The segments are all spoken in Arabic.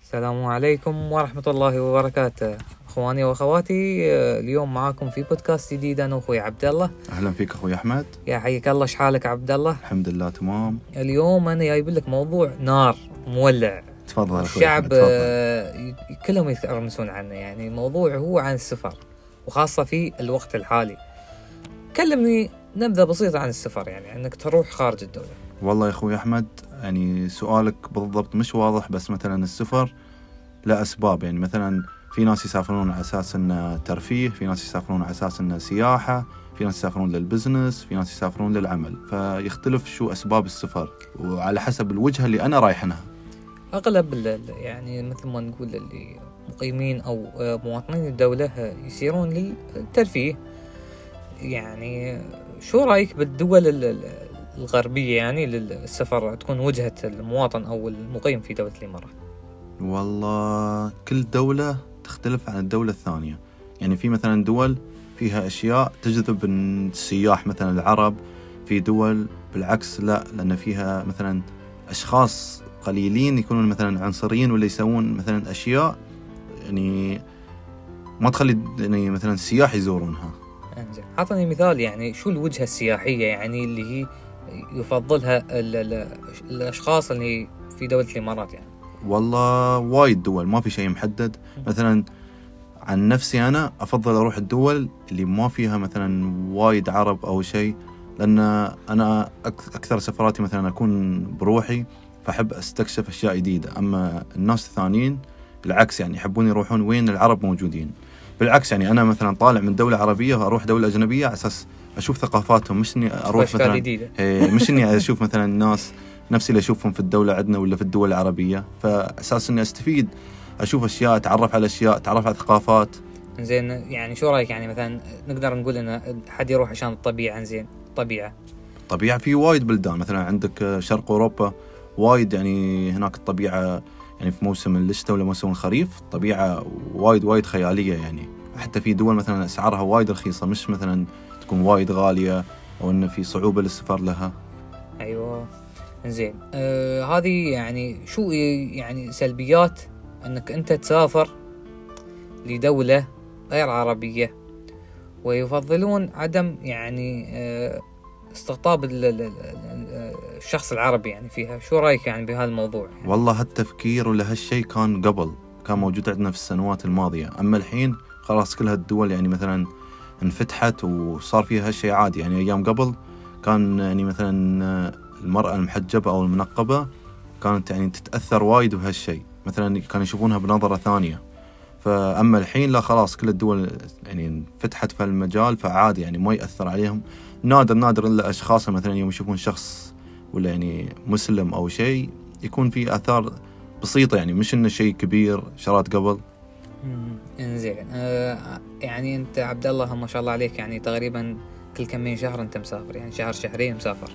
السلام عليكم ورحمة الله وبركاته اخواني واخواتي. اليوم معاكم في بودكاست جديد انا واخوي عبد الله. اهلا فيك اخوي احمد. يا حيك الله، شحالك عبد الله؟ الحمد لله تمام. اليوم انا جايب لك موضوع نار مولع. تفضل الشعب كلهم يترمسون عنه، يعني موضوع هو عن السفر وخاصة في الوقت الحالي. كلمني نبذة بسيطة عن السفر، يعني انك تروح خارج الدولة. والله يا اخوي احمد، يعني سؤالك بالضبط مش واضح، بس مثلا السفر له اسباب. يعني مثلا في ناس يسافرون على اساس انه ترفيه، في ناس يسافرون على اساس انه سياحة، في ناس يسافرون للبزنس، في ناس يسافرون للعمل، فيختلف شو اسباب السفر وعلى حسب الوجهة اللي انا رايحنها. اغلب يعني مثل ما نقول اللي مقيمين او مواطنين الدولة يسيرون للترفيه. يعني شو رايك بالدول الغربية، يعني للسفر تكون وجهة المواطن او المقيم في دولة الامارات؟ والله كل دولة تختلف عن الدولة الثانية. يعني في مثلا دول فيها أشياء تجذب السياح مثلا العرب، في دول بالعكس لا، لأن فيها مثلا أشخاص قليلين يكونون مثلا عنصريين ولا يسوون مثلا أشياء يعني ما تخلي يعني مثلا السياح يزورونها. انزين، أعطني مثال، يعني شو الوجهة السياحية يعني اللي هي يفضلها الأشخاص اللي في دولة الإمارات؟ يعني والله وايد دول، ما في شيء محدد. مثلا عن نفسي أنا أفضل أروح الدول اللي ما فيها مثلا وايد عرب أو شيء، لأن أنا أكثر سفراتي مثلا أكون بروحي، فأحب أستكشف أشياء جديدة. أما الناس الثانيين بالعكس، يعني يحبون يروحون وين العرب موجودين. بالعكس يعني أنا مثلا طالع من دولة عربية وأروح دولة أجنبية على أساس أشوف ثقافاتهم، مش إني أروح مثلا مش إني أشوف مثلا الناس نفسي اللي أشوفهم في الدولة عندنا ولا في الدول العربية، فأساس إني أستفيد، أشوف أشياء، أتعرف على أشياء، أتعرف على ثقافات. زين، يعني شو رأيك، يعني مثلا نقدر نقول إن حد يروح عشان الطبيعة؟ زين، طبيعة في وايد بلدان، مثلا عندك شرق أوروبا وايد، يعني هناك الطبيعة يعني في موسم الشتاء ولا موسم الخريف طبيعة وايد خيالية. يعني حتى في دول مثلا أسعارها وايد رخيصة، مش مثلا تكون وايد غالية أو إن في صعوبة للسفر لها. أيوة. زين، هذه يعني شو يعني سلبيات أنك أنت تسافر لدولة غير عربية، ويفضلون عدم يعني استقطاب الشخص العربي يعني فيها. شو رأيك يعني بهذا الموضوع؟ يعني والله هالتفكير ولا هالشيء كان قبل، كان موجود عندنا في السنوات الماضية. أما الحين خلاص كل هالدول يعني مثلا انفتحت وصار فيها هالشيء عادي. يعني أيام قبل كان يعني مثلا المرأة المحجبة أو المنقبة كانت يعني تتأثر وايد بهالشيء، مثلا كانوا يشوفونها بنظرة ثانية. فأما الحين لا، خلاص كل الدول يعني انفتحت في المجال، فعادي يعني ما يأثر عليهم. نادر إلا أشخاص مثلا يوم يشوفون شخص ولا يعني مسلم أو شيء يكون في آثار بسيطة، يعني مش إنه شيء كبير شرات قبل. انزين، يعني أنت عبد الله ما شاء الله عليك، يعني تقريبا كل كم من شهر أنت مسافر، يعني شهرين مسافر.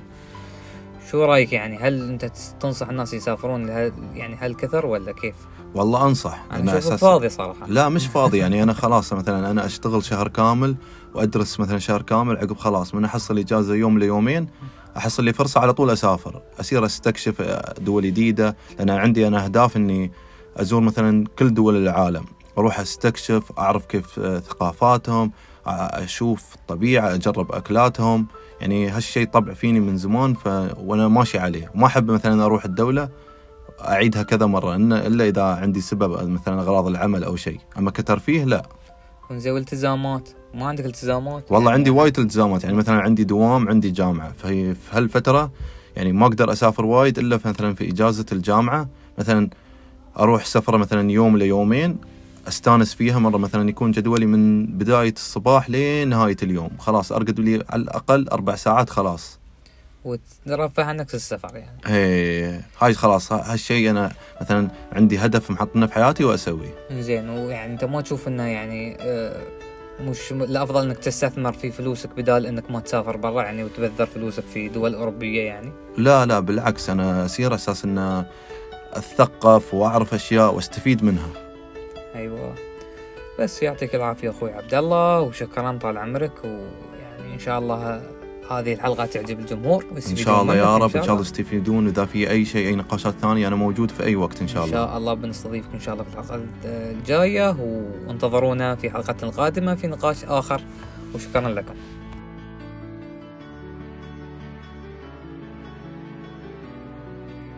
شو رأيك، يعني هل أنت تنصح الناس يسافرون يعني هل كثر ولا كيف؟ والله أنصح. أنا أشوفه فاضي صراحة. لا مش فاضي، يعني أنا خلاص مثلا أنا أشتغل شهر كامل وأدرس مثلا شهر كامل، عقب خلاص من أحصل إجازة يوم ليومين أحصل لي فرصة على طول أسافر، أسير أستكشف دول جديدة. لأن عندي أنا أهداف إني أزور مثلا كل دول العالم، أروح أستكشف، أعرف كيف ثقافاتهم، أشوف الطبيعة، أجرب أكلاتهم. يعني هالشيء طبع فيني من زمان، وأنا ماشي عليه. وما أحب مثلا أروح الدولة أعيدها كذا مرة إلا إذا عندي سبب مثلا أغراض العمل أو شيء. أما كترفيه لا. زي التزامات، ما عندك التزامات؟ والله يعني عندي وايد التزامات، يعني مثلا عندي دوام، عندي جامعة، في هالفترة يعني ما أقدر أسافر وايد إلا مثلا في إجازة الجامعة. مثلا أروح سفرة مثلا يوم ليومين أستانس فيها مرة، مثلا يكون جدولي من بداية الصباح لنهاية اليوم، خلاص أرقد لي على الأقل 4 ساعات خلاص، وترفه عنك في السفر. يعني هاي خلاص هالشيء أنا مثلا عندي هدف محطنه في حياتي وأسويه. زين، ويعني أنت ما تشوف إنه يعني مش الأفضل إنك تستثمر في فلوسك بدال إنك ما تسافر برا، يعني وتبذر فلوسك في دول أوروبية؟ يعني لا بالعكس، أنا أسير أساس إن أثقف وأعرف أشياء واستفيد منها. أيوة. بس يعطيك العافية أخوي عبد الله، وشكرا طال عمرك، ويعني إن شاء الله هذه الحلقة تعجب الجمهور ان شاء الله يا رب، ان شاء الله يستفيدون. واذا في اي شيء اي نقاشات ثانية انا موجود في اي وقت ان شاء الله. ان شاء الله بنستضيفكم ان شاء الله في الحلقة الجاية، وانتظرونا في حلقة قادمة في نقاش آخر، وشكرا لكم.